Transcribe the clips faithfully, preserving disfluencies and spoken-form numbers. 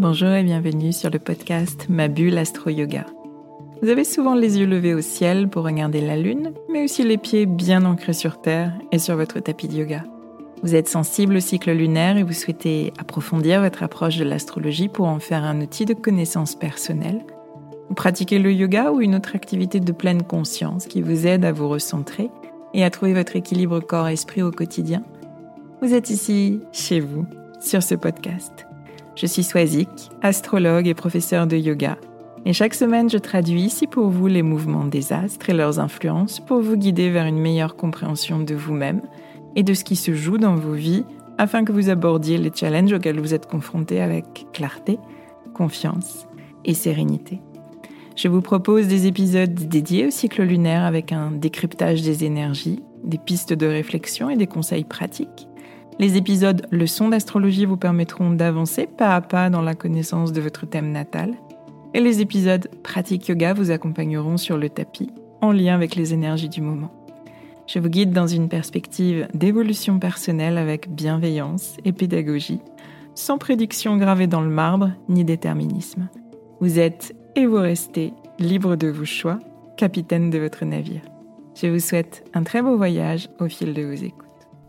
Bonjour et bienvenue sur le podcast Ma Bulle Astro Yoga. Vous avez souvent les yeux levés au ciel pour regarder la lune, mais aussi les pieds bien ancrés sur terre et sur votre tapis de yoga. Vous êtes sensible au cycle lunaire et vous souhaitez approfondir votre approche de l'astrologie pour en faire un outil de connaissance personnelle. Vous pratiquez le yoga ou une autre activité de pleine conscience qui vous aide à vous recentrer et à trouver votre équilibre corps-esprit au quotidien. Vous êtes ici, chez vous, sur ce podcast. Je suis Swazik, astrologue et professeure de yoga. Et chaque semaine, je traduis ici pour vous les mouvements des astres et leurs influences pour vous guider vers une meilleure compréhension de vous-même et de ce qui se joue dans vos vies afin que vous abordiez les challenges auxquels vous êtes confrontés avec clarté, confiance et sérénité. Je vous propose des épisodes dédiés au cycle lunaire avec un décryptage des énergies, des pistes de réflexion et des conseils pratiques. Les épisodes leçons d'astrologie vous permettront d'avancer pas à pas dans la connaissance de votre thème natal. Et les épisodes pratique yoga vous accompagneront sur le tapis, en lien avec les énergies du moment. Je vous guide dans une perspective d'évolution personnelle avec bienveillance et pédagogie, sans prédiction gravée dans le marbre ni déterminisme. Vous êtes et vous restez libre de vos choix, capitaine de votre navire. Je vous souhaite un très beau voyage au fil de vos écoutes.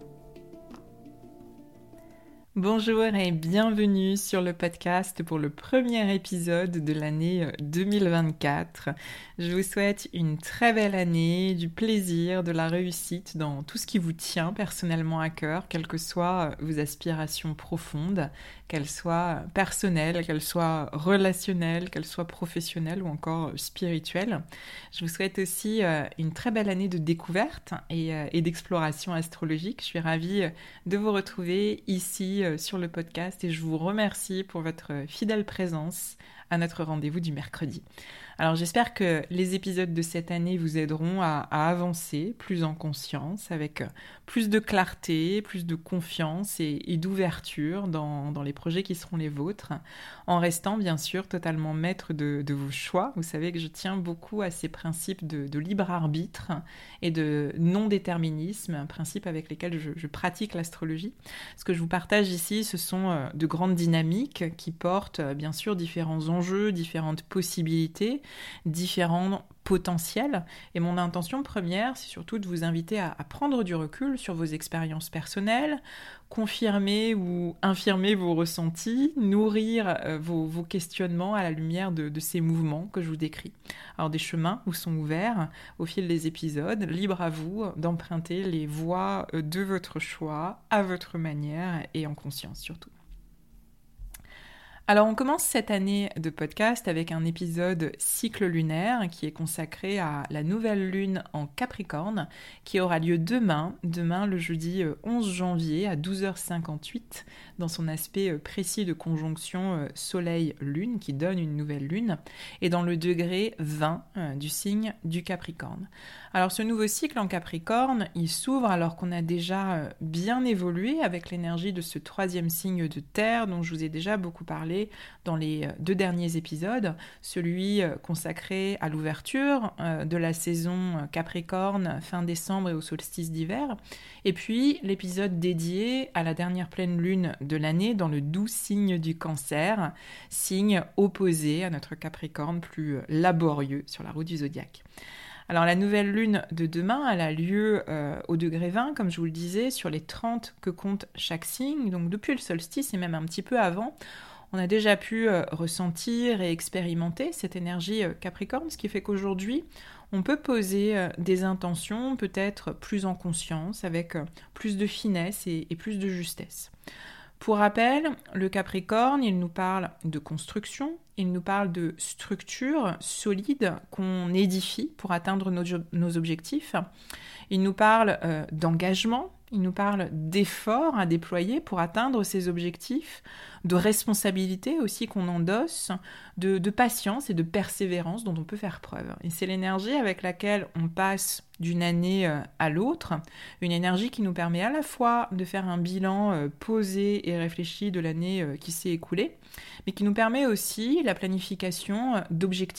Bonjour et bienvenue sur le podcast pour le premier épisode de l'année deux mille vingt-quatre. Je vous souhaite une très belle année, du plaisir, de la réussite dans tout ce qui vous tient personnellement à cœur, quelles que soient vos aspirations profondes, qu'elles soient personnelles, qu'elles soient relationnelles, qu'elles soient professionnelles ou encore spirituelles. Je vous souhaite aussi une très belle année de découverte et, et d'exploration astrologique. Je suis ravie de vous retrouver ici sur le podcast et je vous remercie pour votre fidèle présence à notre rendez-vous du mercredi. Alors j'espère que les épisodes de cette année vous aideront à, à avancer plus en conscience, avec plus de clarté, plus de confiance et, et d'ouverture dans, dans les projets qui seront les vôtres, en restant bien sûr totalement maître de, de vos choix. Vous savez que je tiens beaucoup à ces principes de, de libre arbitre et de non-déterminisme, un principe avec lesquels je, je pratique l'astrologie. Ce que je vous partage ici, ce sont de grandes dynamiques qui portent bien sûr différents enjeux, différentes possibilités, différents potentiels. Et mon intention première, c'est surtout de vous inviter à, à prendre du recul sur vos expériences personnelles, confirmer ou infirmer vos ressentis, nourrir euh, vos, vos questionnements à la lumière de, de ces mouvements que je vous décris. Alors des chemins vous sont ouverts au fil des épisodes, libre à vous d'emprunter les voies de votre choix, à votre manière et en conscience surtout. Alors on commence cette année de podcast avec un épisode cycle lunaire qui est consacré à la nouvelle lune en Capricorne qui aura lieu demain, demain le jeudi onze janvier à douze heures cinquante-huit dans son aspect précis de conjonction soleil-lune qui donne une nouvelle lune et dans le degré vingt du signe du Capricorne. Alors ce nouveau cycle en Capricorne, il s'ouvre alors qu'on a déjà bien évolué avec l'énergie de ce troisième signe de terre dont je vous ai déjà beaucoup parlé dans les deux derniers épisodes, celui consacré à l'ouverture de la saison Capricorne fin décembre et au solstice d'hiver, et puis l'épisode dédié à la dernière pleine lune de l'année dans le doux signe du Cancer, signe opposé à notre Capricorne plus laborieux sur la roue du zodiaque. Alors la nouvelle lune de demain, elle a lieu euh, au degré vingt, comme je vous le disais, sur les trente que compte chaque signe, donc depuis le solstice et même un petit peu avant, on a déjà pu euh, ressentir et expérimenter cette énergie euh, Capricorne, ce qui fait qu'aujourd'hui, on peut poser euh, des intentions peut-être plus en conscience, avec euh, plus de finesse et, et plus de justesse. Pour rappel, le Capricorne, il nous parle de construction, il nous parle de structure solide qu'on édifie pour atteindre nos, nos objectifs. Il nous parle euh, d'engagement, il nous parle d'efforts à déployer pour atteindre ces objectifs, de responsabilité aussi qu'on endosse, de, de patience et de persévérance dont on peut faire preuve. Et c'est l'énergie avec laquelle on passe d'une année à l'autre, une énergie qui nous permet à la fois de faire un bilan posé et réfléchi de l'année qui s'est écoulée, mais qui nous permet aussi la planification d'objectifs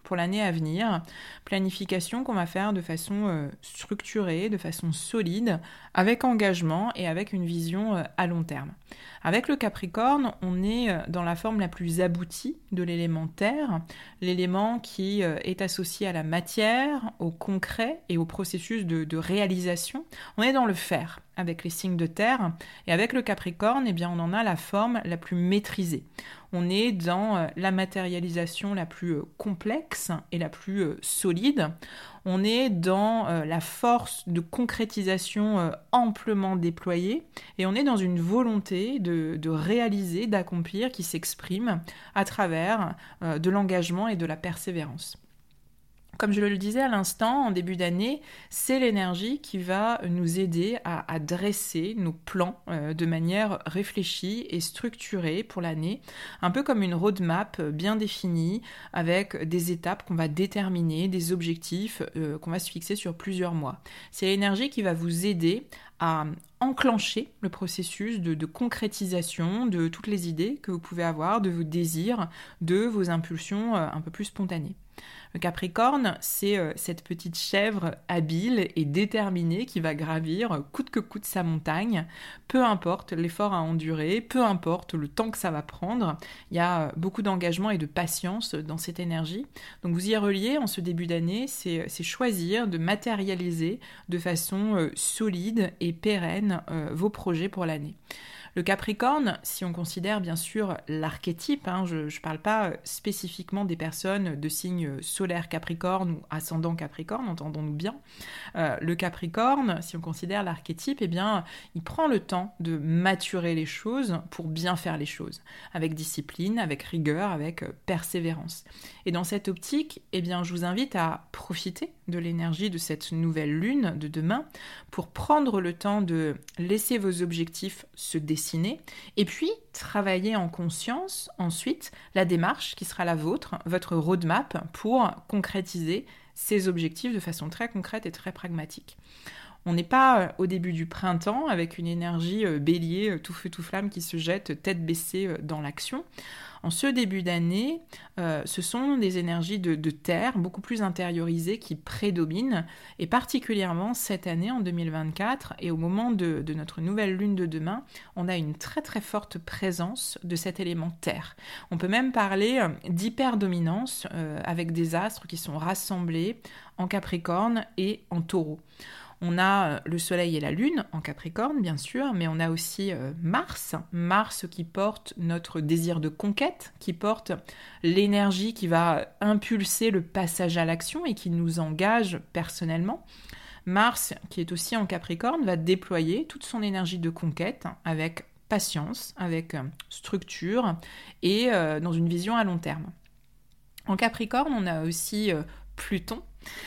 pour l'année à venir. Planification qu'on va faire de façon euh, structurée, de façon solide, avec engagement et avec une vision euh, à long terme. Avec le Capricorne, on est dans la forme la plus aboutie de l'élément terre, l'élément qui euh, est associé à la matière, au concret et au processus de, de réalisation. On est dans le faire avec les signes de terre, et avec le Capricorne, eh bien, on en a la forme la plus maîtrisée. On est dans la matérialisation la plus complexe et la plus solide. On est dans la force de concrétisation amplement déployée, et on est dans une volonté de, de réaliser, d'accomplir qui s'exprime à travers de l'engagement et de la persévérance. Comme je le disais à l'instant, en début d'année, c'est l'énergie qui va nous aider à, à dresser nos plans euh, de manière réfléchie et structurée pour l'année, un peu comme une roadmap bien définie, avec des étapes qu'on va déterminer, des objectifs euh, qu'on va se fixer sur plusieurs mois. C'est l'énergie qui va vous aider à enclencher le processus de, de concrétisation de toutes les idées que vous pouvez avoir, de vos désirs, de vos impulsions euh, un peu plus spontanées. Le Capricorne, c'est euh, cette petite chèvre habile et déterminée qui va gravir coûte que coûte sa montagne, peu importe l'effort à endurer, peu importe le temps que ça va prendre. Il y a beaucoup d'engagement et de patience dans cette énergie. Donc vous y reliez en ce début d'année, c'est, c'est choisir de matérialiser de façon euh, solide et pérenne euh, vos projets pour l'année. Le Capricorne, si on considère bien sûr l'archétype, hein, je ne parle pas spécifiquement des personnes de signe solaire Capricorne ou ascendant Capricorne, entendons-nous bien. Euh, le Capricorne, si on considère l'archétype, eh bien, il prend le temps de maturer les choses pour bien faire les choses, avec discipline, avec rigueur, avec persévérance. Et dans cette optique, eh bien, je vous invite à profiter de l'énergie de cette nouvelle lune de demain pour prendre le temps de laisser vos objectifs se dessiner et puis travailler en conscience ensuite la démarche qui sera la vôtre, votre roadmap pour concrétiser ces objectifs de façon très concrète et très pragmatique. On n'est pas au début du printemps avec une énergie bélier tout feu tout flamme qui se jette tête baissée dans l'action. En ce début d'année, euh, ce sont des énergies de, de terre beaucoup plus intériorisées qui prédominent, et particulièrement cette année, en deux mille vingt-quatre, et au moment de, de notre nouvelle lune de demain, on a une très très forte présence de cet élément terre. On peut même parler d'hyperdominance euh, avec des astres qui sont rassemblés en Capricorne et en Taureau. On a le Soleil et la Lune en Capricorne, bien sûr, mais on a aussi Mars, Mars qui porte notre désir de conquête, qui porte l'énergie qui va impulser le passage à l'action et qui nous engage personnellement. Mars, qui est aussi en Capricorne, va déployer toute son énergie de conquête avec patience, avec structure et dans une vision à long terme. En Capricorne, on a aussi Pluton,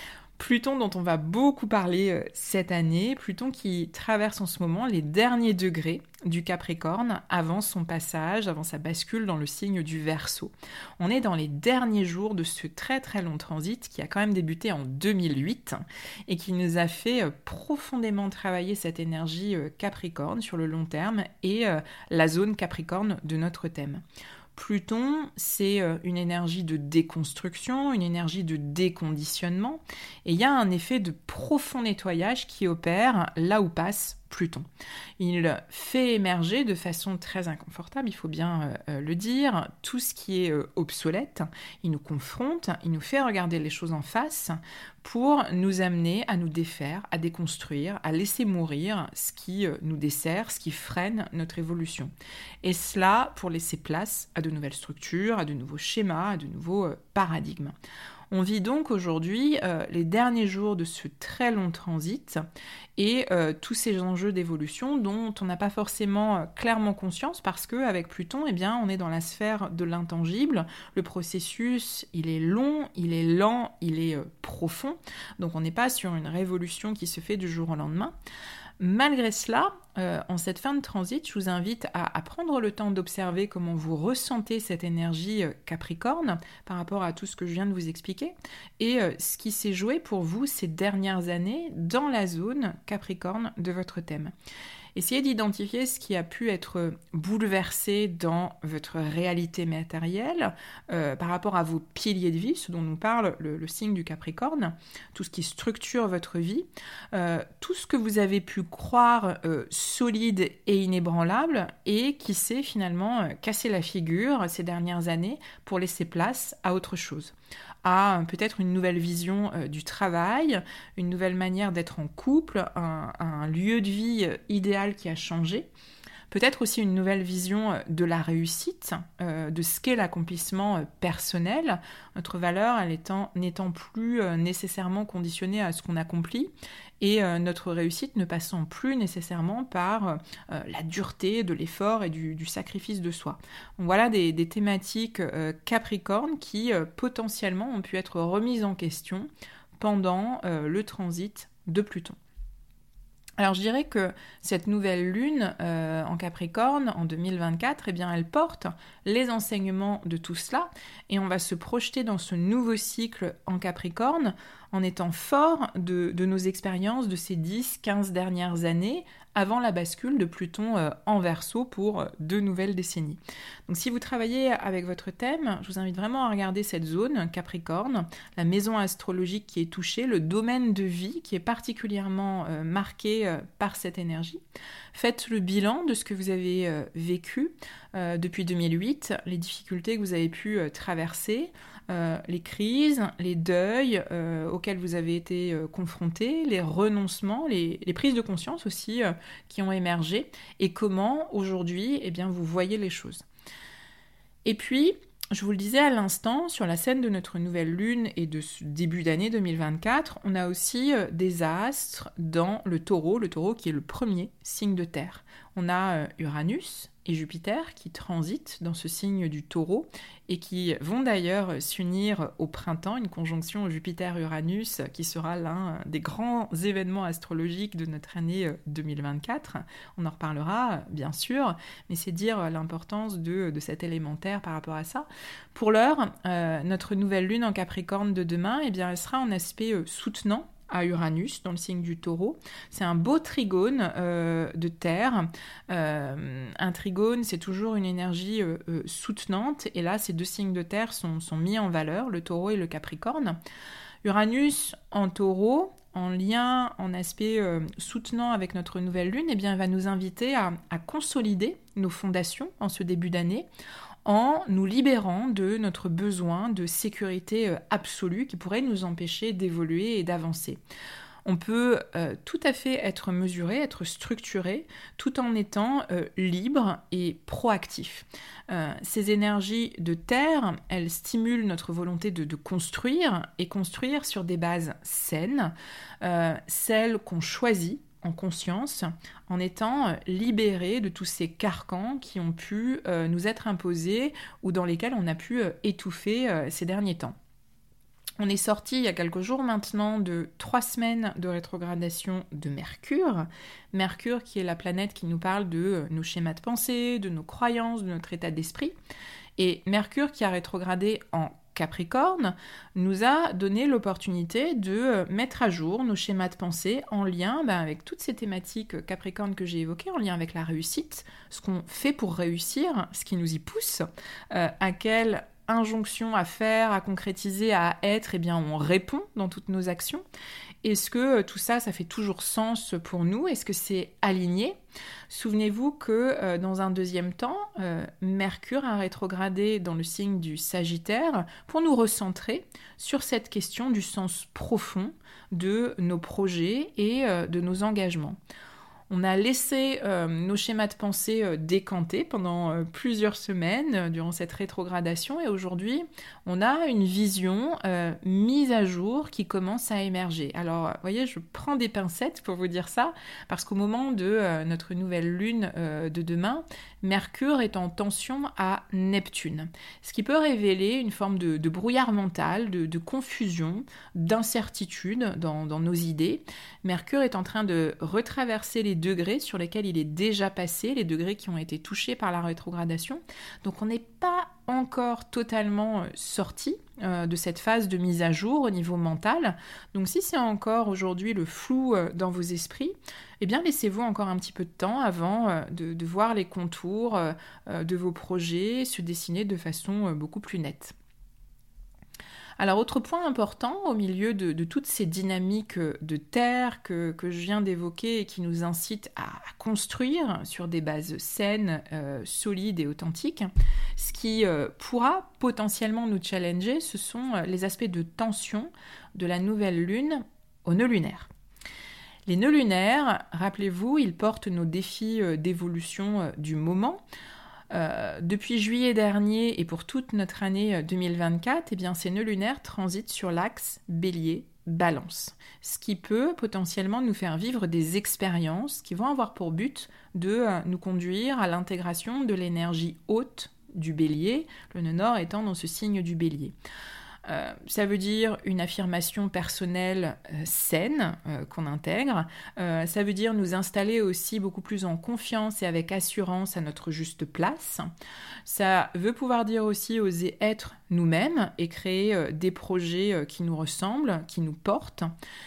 Pluton dont on va beaucoup parler cette année, Pluton qui traverse en ce moment les derniers degrés du Capricorne avant son passage, avant sa bascule dans le signe du Verseau. On est dans les derniers jours de ce très très long transit qui a quand même débuté en deux mille huit et qui nous a fait profondément travailler cette énergie Capricorne sur le long terme et la zone Capricorne de notre thème. Pluton, c'est une énergie de déconstruction, une énergie de déconditionnement, et il y a un effet de profond nettoyage qui opère là où passe Pluton. Il fait émerger de façon très inconfortable, il faut bien euh, le dire, tout ce qui est euh, obsolète. Il nous confronte, il nous fait regarder les choses en face pour nous amener à nous défaire, à déconstruire, à laisser mourir ce qui euh, nous dessert, ce qui freine notre évolution. Et cela pour laisser place à de nouvelles structures, à de nouveaux schémas, à de nouveaux euh, paradigmes. On vit donc aujourd'hui euh, les derniers jours de ce très long transit et euh, tous ces enjeux d'évolution dont on n'a pas forcément euh, clairement conscience parce qu'avec Pluton, eh bien, on est dans la sphère de l'intangible. Le processus, il est long, il est lent, il est euh, profond. Donc on n'est pas sur une révolution qui se fait du jour au lendemain. Malgré cela, euh, en cette fin de transit, je vous invite à, à prendre le temps d'observer comment vous ressentez cette énergie euh, Capricorne par rapport à tout ce que je viens de vous expliquer et euh, ce qui s'est joué pour vous ces dernières années dans la zone Capricorne de votre thème. Essayez d'identifier ce qui a pu être bouleversé dans votre réalité matérielle euh, par rapport à vos piliers de vie, ce dont nous parle le, le signe du Capricorne, tout ce qui structure votre vie, euh, tout ce que vous avez pu croire euh, solide et inébranlable et qui s'est finalement euh, cassé la figure ces dernières années pour laisser place à autre chose, à peut-être une nouvelle vision euh, du travail, une nouvelle manière d'être en couple, un, un lieu de vie euh, idéal qui a changé, peut-être aussi une nouvelle vision euh, de la réussite, euh, de ce qu'est l'accomplissement euh, personnel, notre valeur elle étant, n'étant plus euh, nécessairement conditionnée à ce qu'on accomplit, et euh, notre réussite ne passant plus nécessairement par euh, la dureté de l'effort et du, du sacrifice de soi. Donc voilà des, des thématiques euh, Capricorne qui euh, potentiellement ont pu être remises en question pendant euh, le transit de Pluton. Alors je dirais que cette nouvelle lune euh, en Capricorne en deux mille vingt-quatre, eh bien, elle porte les enseignements de tout cela et on va se projeter dans ce nouveau cycle en Capricorne en étant fort de, de nos expériences de ces dix quinze dernières années avant la bascule de Pluton euh, en Verseau pour euh, deux nouvelles décennies. Donc si vous travaillez avec votre thème, je vous invite vraiment à regarder cette zone Capricorne, la maison astrologique qui est touchée, le domaine de vie qui est particulièrement euh, marqué euh, par cette énergie. Faites le bilan de ce que vous avez euh, vécu euh, depuis deux mille huit, les difficultés que vous avez pu euh, traverser, Euh, les crises, les deuils euh, auxquels vous avez été euh, confrontés, les renoncements, les, les prises de conscience aussi euh, qui ont émergé et comment aujourd'hui eh bien, vous voyez les choses. Et puis, je vous le disais à l'instant, sur la scène de notre nouvelle lune et de ce début d'année deux mille vingt-quatre, on a aussi euh, des astres dans le taureau, le taureau qui est le premier signe de terre. On a euh, Uranus et Jupiter qui transitent dans ce signe du taureau et qui vont d'ailleurs s'unir au printemps, une conjonction Jupiter-Uranus qui sera l'un des grands événements astrologiques de notre année deux mille vingt-quatre. On en reparlera bien sûr, mais c'est dire l'importance de, de cet élémentaire par rapport à ça. Pour l'heure, euh, notre nouvelle lune en Capricorne de demain, eh bien, elle sera en aspect euh, soutenant à Uranus, dans le signe du taureau. C'est un beau trigone euh, de terre. Euh, un trigone, c'est toujours une énergie euh, euh, soutenante, et là, ces deux signes de terre sont, sont mis en valeur, le taureau et le capricorne. Uranus en taureau, en lien, en aspect euh, soutenant avec notre nouvelle lune, eh bien, elle va nous inviter à, à consolider nos fondations en ce début d'année, en nous libérant de notre besoin de sécurité absolue qui pourrait nous empêcher d'évoluer et d'avancer. On peut euh, tout à fait être mesuré, être structuré, tout en étant euh, libre et proactif. Euh, ces énergies de terre, elles stimulent notre volonté de, de construire, et construire sur des bases saines, euh, celles qu'on choisit en conscience, en étant libérés de tous ces carcans qui ont pu euh, nous être imposés ou dans lesquels on a pu euh, étouffer euh, ces derniers temps. On est sorti il y a quelques jours maintenant de trois semaines de rétrogradation de Mercure. Mercure qui est la planète qui nous parle de euh, nos schémas de pensée, de nos croyances, de notre état d'esprit. Et Mercure qui a rétrogradé en Capricorne nous a donné l'opportunité de mettre à jour nos schémas de pensée en lien ben, avec toutes ces thématiques Capricorne que j'ai évoquées, en lien avec la réussite, ce qu'on fait pour réussir, ce qui nous y pousse, euh, à quelle injonction à faire, à concrétiser, à être, eh bien on répond dans toutes nos actions. Est-ce que tout ça, ça fait toujours sens pour nous? Est-ce que c'est aligné? Souvenez-vous que euh, dans un deuxième temps, euh, Mercure a rétrogradé dans le signe du Sagittaire pour nous recentrer sur cette question du sens profond de nos projets et euh, de nos engagements. On a laissé euh, nos schémas de pensée euh, décanter pendant euh, plusieurs semaines euh, durant cette rétrogradation, et aujourd'hui, on a une vision euh, mise à jour qui commence à émerger. Alors, vous voyez, je prends des pincettes pour vous dire ça, parce qu'au moment de euh, notre nouvelle lune euh, de demain, Mercure est en tension à Neptune, ce qui peut révéler une forme de, de brouillard mental, de, de confusion, d'incertitude dans, dans nos idées. Mercure est en train de retraverser les degrés sur lesquels il est déjà passé, les degrés qui ont été touchés par la rétrogradation. Donc on n'est pas encore totalement sorti euh, de cette phase de mise à jour au niveau mental. Donc si c'est encore aujourd'hui le flou euh, dans vos esprits, eh bien laissez-vous encore un petit peu de temps avant euh, de, de voir les contours euh, de vos projets se dessiner de façon euh, beaucoup plus nette. Alors, autre point important au milieu de, de toutes ces dynamiques de terre que, que je viens d'évoquer et qui nous incitent à, à construire sur des bases saines, euh, solides et authentiques, ce qui euh, pourra potentiellement nous challenger, ce sont les aspects de tension de la nouvelle lune au nœud lunaire. Les nœuds lunaires, rappelez-vous, ils portent nos défis d'évolution du moment. Euh, depuis juillet dernier et pour toute notre année deux mille vingt-quatre, eh bien, ces nœuds lunaires transitent sur l'axe Bélier-Balance, ce qui peut potentiellement nous faire vivre des expériences qui vont avoir pour but de euh, nous conduire à l'intégration de l'énergie haute du Bélier, le nœud nord étant dans ce signe du Bélier. Euh, ça veut dire une affirmation personnelle euh, saine euh, qu'on intègre. Euh, ça veut dire nous installer aussi beaucoup plus en confiance et avec assurance à notre juste place. Ça veut pouvoir dire aussi oser être nous-mêmes et créer euh, des projets euh, qui nous ressemblent, qui nous portent.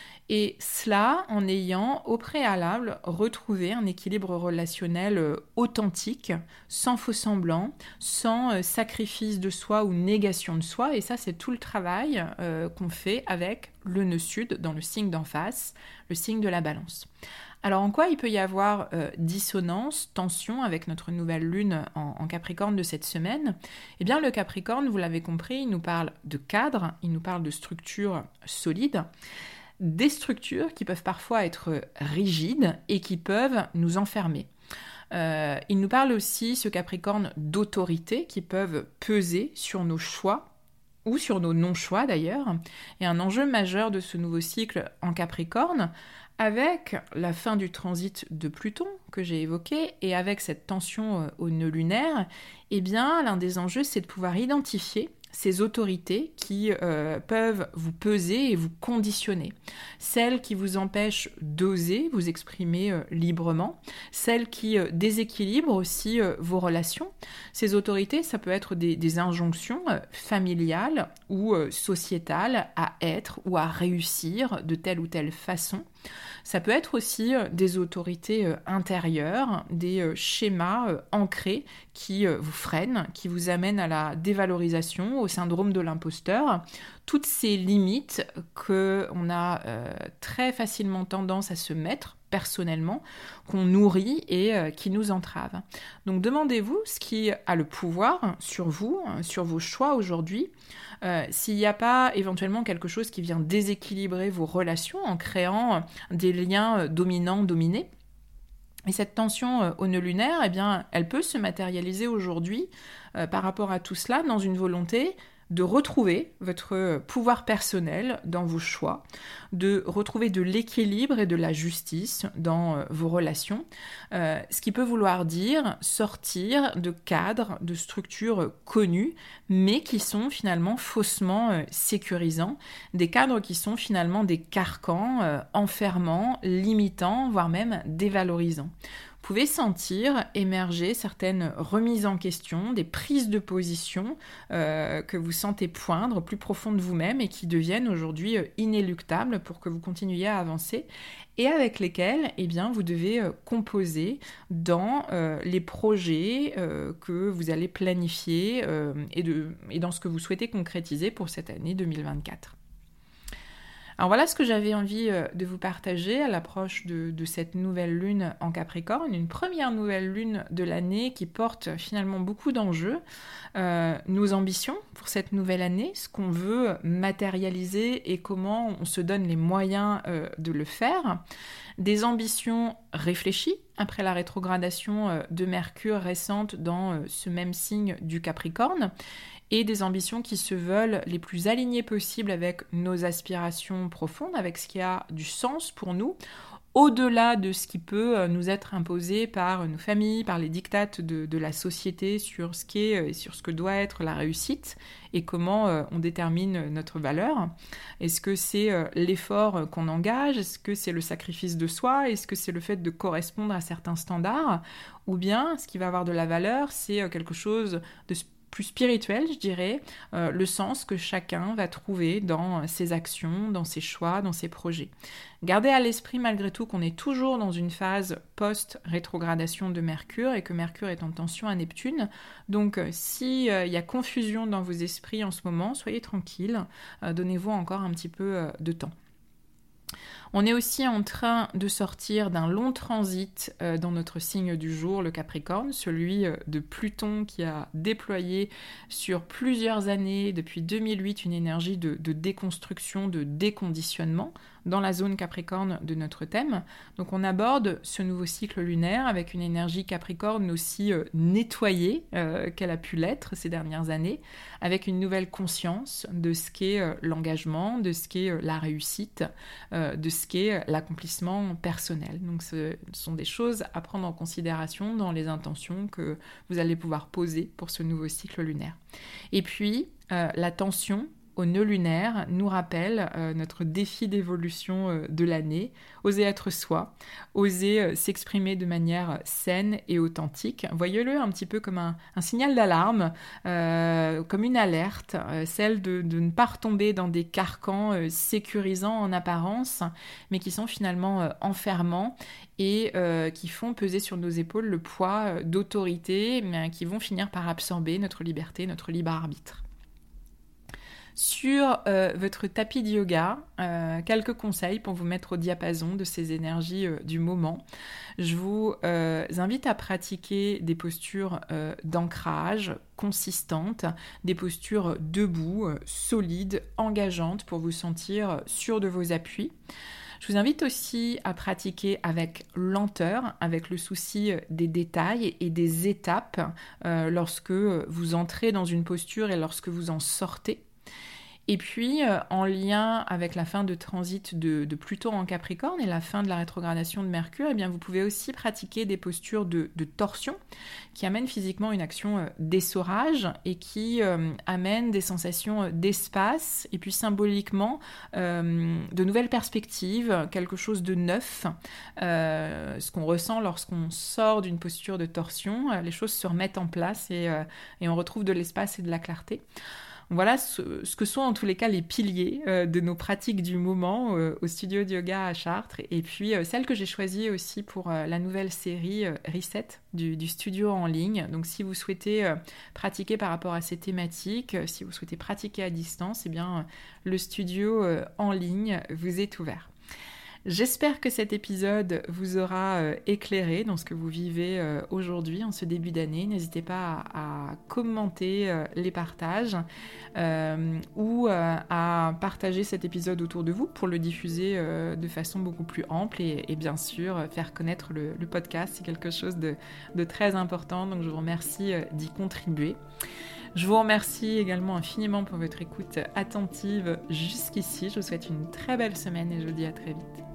Et cela en ayant au préalable retrouvé un équilibre relationnel euh, authentique, sans faux semblant, sans euh, sacrifice de soi ou négation de soi. Et ça, c'est tout le travail euh, qu'on fait avec le nœud sud dans le signe d'en face, le signe de la balance. Alors en quoi il peut y avoir euh, dissonance, tension avec notre nouvelle lune en, en Capricorne de cette semaine ? Eh bien le Capricorne, vous l'avez compris, il nous parle de cadre, il nous parle de structure solide, des structures qui peuvent parfois être rigides et qui peuvent nous enfermer. Euh, il nous parle aussi, ce Capricorne, d'autorité qui peuvent peser sur nos choix ou sur nos non-choix d'ailleurs. Et un enjeu majeur de ce nouveau cycle en Capricorne, avec la fin du transit de Pluton que j'ai évoqué et avec cette tension au nœud lunaire, eh bien l'un des enjeux c'est de pouvoir identifier ces autorités qui euh, peuvent vous peser et vous conditionner. Celles qui vous empêchent d'oser vous exprimer euh, librement, celles qui euh, déséquilibrent aussi euh, vos relations. Ces autorités, ça peut être des, des injonctions euh, familiales ou euh, sociétales à être ou à réussir de telle ou telle façon. Ça peut être aussi euh, des autorités euh, intérieures, des euh, schémas euh, ancrés qui euh, vous freinent, qui vous amènent à la dévalorisation, au syndrome de l'imposteur. Toutes ces limites qu'on a euh, très facilement tendance à se mettre personnellement, qu'on nourrit et euh, qui nous entravent. Donc demandez-vous ce qui a le pouvoir sur vous, sur vos choix aujourd'hui. Euh, s'il n'y a pas éventuellement quelque chose qui vient déséquilibrer vos relations en créant des liens dominants-dominés. Et cette tension euh, au nœud lunaire, eh bien, elle peut se matérialiser aujourd'hui euh, par rapport à tout cela dans une volonté de retrouver votre pouvoir personnel dans vos choix, de retrouver de l'équilibre et de la justice dans euh, vos relations, euh, ce qui peut vouloir dire sortir de cadres, de structures connues, mais qui sont finalement faussement euh, sécurisants, des cadres qui sont finalement des carcans euh, enfermants, limitants, voire même dévalorisants. Vous pouvez sentir émerger certaines remises en question, des prises de position euh, que vous sentez poindre plus profond de vous-même et qui deviennent aujourd'hui euh, inéluctables pour que vous continuiez à avancer et avec lesquelles eh bien, vous devez euh, composer dans euh, les projets euh, que vous allez planifier euh, et, de, et dans ce que vous souhaitez concrétiser pour cette année deux mille vingt-quatre. Alors voilà ce que j'avais envie de vous partager à l'approche de, de cette nouvelle lune en Capricorne, une première nouvelle lune de l'année qui porte finalement beaucoup d'enjeux, euh, nos ambitions pour cette nouvelle année, ce qu'on veut matérialiser et comment on se donne les moyens euh, de le faire, des ambitions réfléchies après la rétrogradation de Mercure récente dans ce même signe du Capricorne, et des ambitions qui se veulent les plus alignées possibles avec nos aspirations profondes, avec ce qui a du sens pour nous, au-delà de ce qui peut nous être imposé par nos familles, par les dictates de, de la société sur ce qu'est et sur ce que doit être la réussite et comment euh, on détermine notre valeur. Est-ce que c'est euh, l'effort qu'on engage? Est-ce que c'est le sacrifice de soi? Est-ce que c'est le fait de correspondre à certains standards? Ou bien, ce qui va avoir de la valeur, c'est euh, quelque chose de plus spirituel, je dirais, euh, le sens que chacun va trouver dans ses actions, dans ses choix, dans ses projets. Gardez à l'esprit malgré tout qu'on est toujours dans une phase post-rétrogradation de Mercure et que Mercure est en tension à Neptune. Donc s'il euh, y a confusion dans vos esprits en ce moment, soyez tranquilles, euh, donnez-vous encore un petit peu euh, de temps. On est aussi en train de sortir d'un long transit euh, dans notre signe du jour, le Capricorne, celui euh, de Pluton qui a déployé sur plusieurs années, depuis deux mille huit, une énergie de, de déconstruction, de déconditionnement dans la zone Capricorne de notre thème. Donc on aborde ce nouveau cycle lunaire avec une énergie Capricorne aussi euh, nettoyée euh, qu'elle a pu l'être ces dernières années, avec une nouvelle conscience de ce qu'est euh, l'engagement, de ce qu'est euh, la réussite, euh, de ce qu'est l'accomplissement personnel. Donc ce sont des choses à prendre en considération dans les intentions que vous allez pouvoir poser pour ce nouveau cycle lunaire. Et puis, euh, la tension au nœud lunaire nous rappelle euh, notre défi d'évolution euh, de l'année, oser être soi, oser euh, s'exprimer de manière saine et authentique. Voyez-le un petit peu comme un, un signal d'alarme, euh, comme une alerte, euh, celle de, de ne pas retomber dans des carcans euh, sécurisants en apparence, mais qui sont finalement euh, enfermants et euh, qui font peser sur nos épaules le poids euh, d'autorité, mais qui vont finir par absorber notre liberté, notre libre arbitre. Sur euh, votre tapis de yoga, euh, quelques conseils pour vous mettre au diapason de ces énergies euh, du moment. Je vous euh, invite à pratiquer des postures euh, d'ancrage consistantes, des postures debout, euh, solides, engageantes pour vous sentir sûr de vos appuis. Je vous invite aussi à pratiquer avec lenteur, avec le souci des détails et des étapes euh, lorsque vous entrez dans une posture et lorsque vous en sortez. Et puis, euh, en lien avec la fin de transit de, de Pluton en Capricorne et la fin de la rétrogradation de Mercure, eh bien, vous pouvez aussi pratiquer des postures de, de torsion qui amènent physiquement une action euh, d'essorage et qui euh, amènent des sensations d'espace et puis symboliquement euh, de nouvelles perspectives, quelque chose de neuf. Euh, ce qu'on ressent lorsqu'on sort d'une posture de torsion, euh, les choses se remettent en place et, euh, et on retrouve de l'espace et de la clarté. Voilà ce, ce que sont en tous les cas les piliers euh, de nos pratiques du moment euh, au studio de yoga à Chartres. Et puis euh, celle que j'ai choisie aussi pour euh, la nouvelle série euh, Reset du, du studio en ligne. Donc si vous souhaitez euh, pratiquer par rapport à ces thématiques, euh, si vous souhaitez pratiquer à distance, eh bien euh, le studio euh, en ligne vous est ouvert. J'espère que cet épisode vous aura euh, éclairé dans ce que vous vivez euh, aujourd'hui, en ce début d'année. N'hésitez pas à, à commenter euh, les partages euh, ou euh, à partager cet épisode autour de vous pour le diffuser euh, de façon beaucoup plus ample et, et bien sûr faire connaître le, le podcast. C'est quelque chose de, de très important, donc je vous remercie euh, d'y contribuer. Je vous remercie également infiniment pour votre écoute attentive jusqu'ici. Je vous souhaite une très belle semaine et je vous dis à très vite.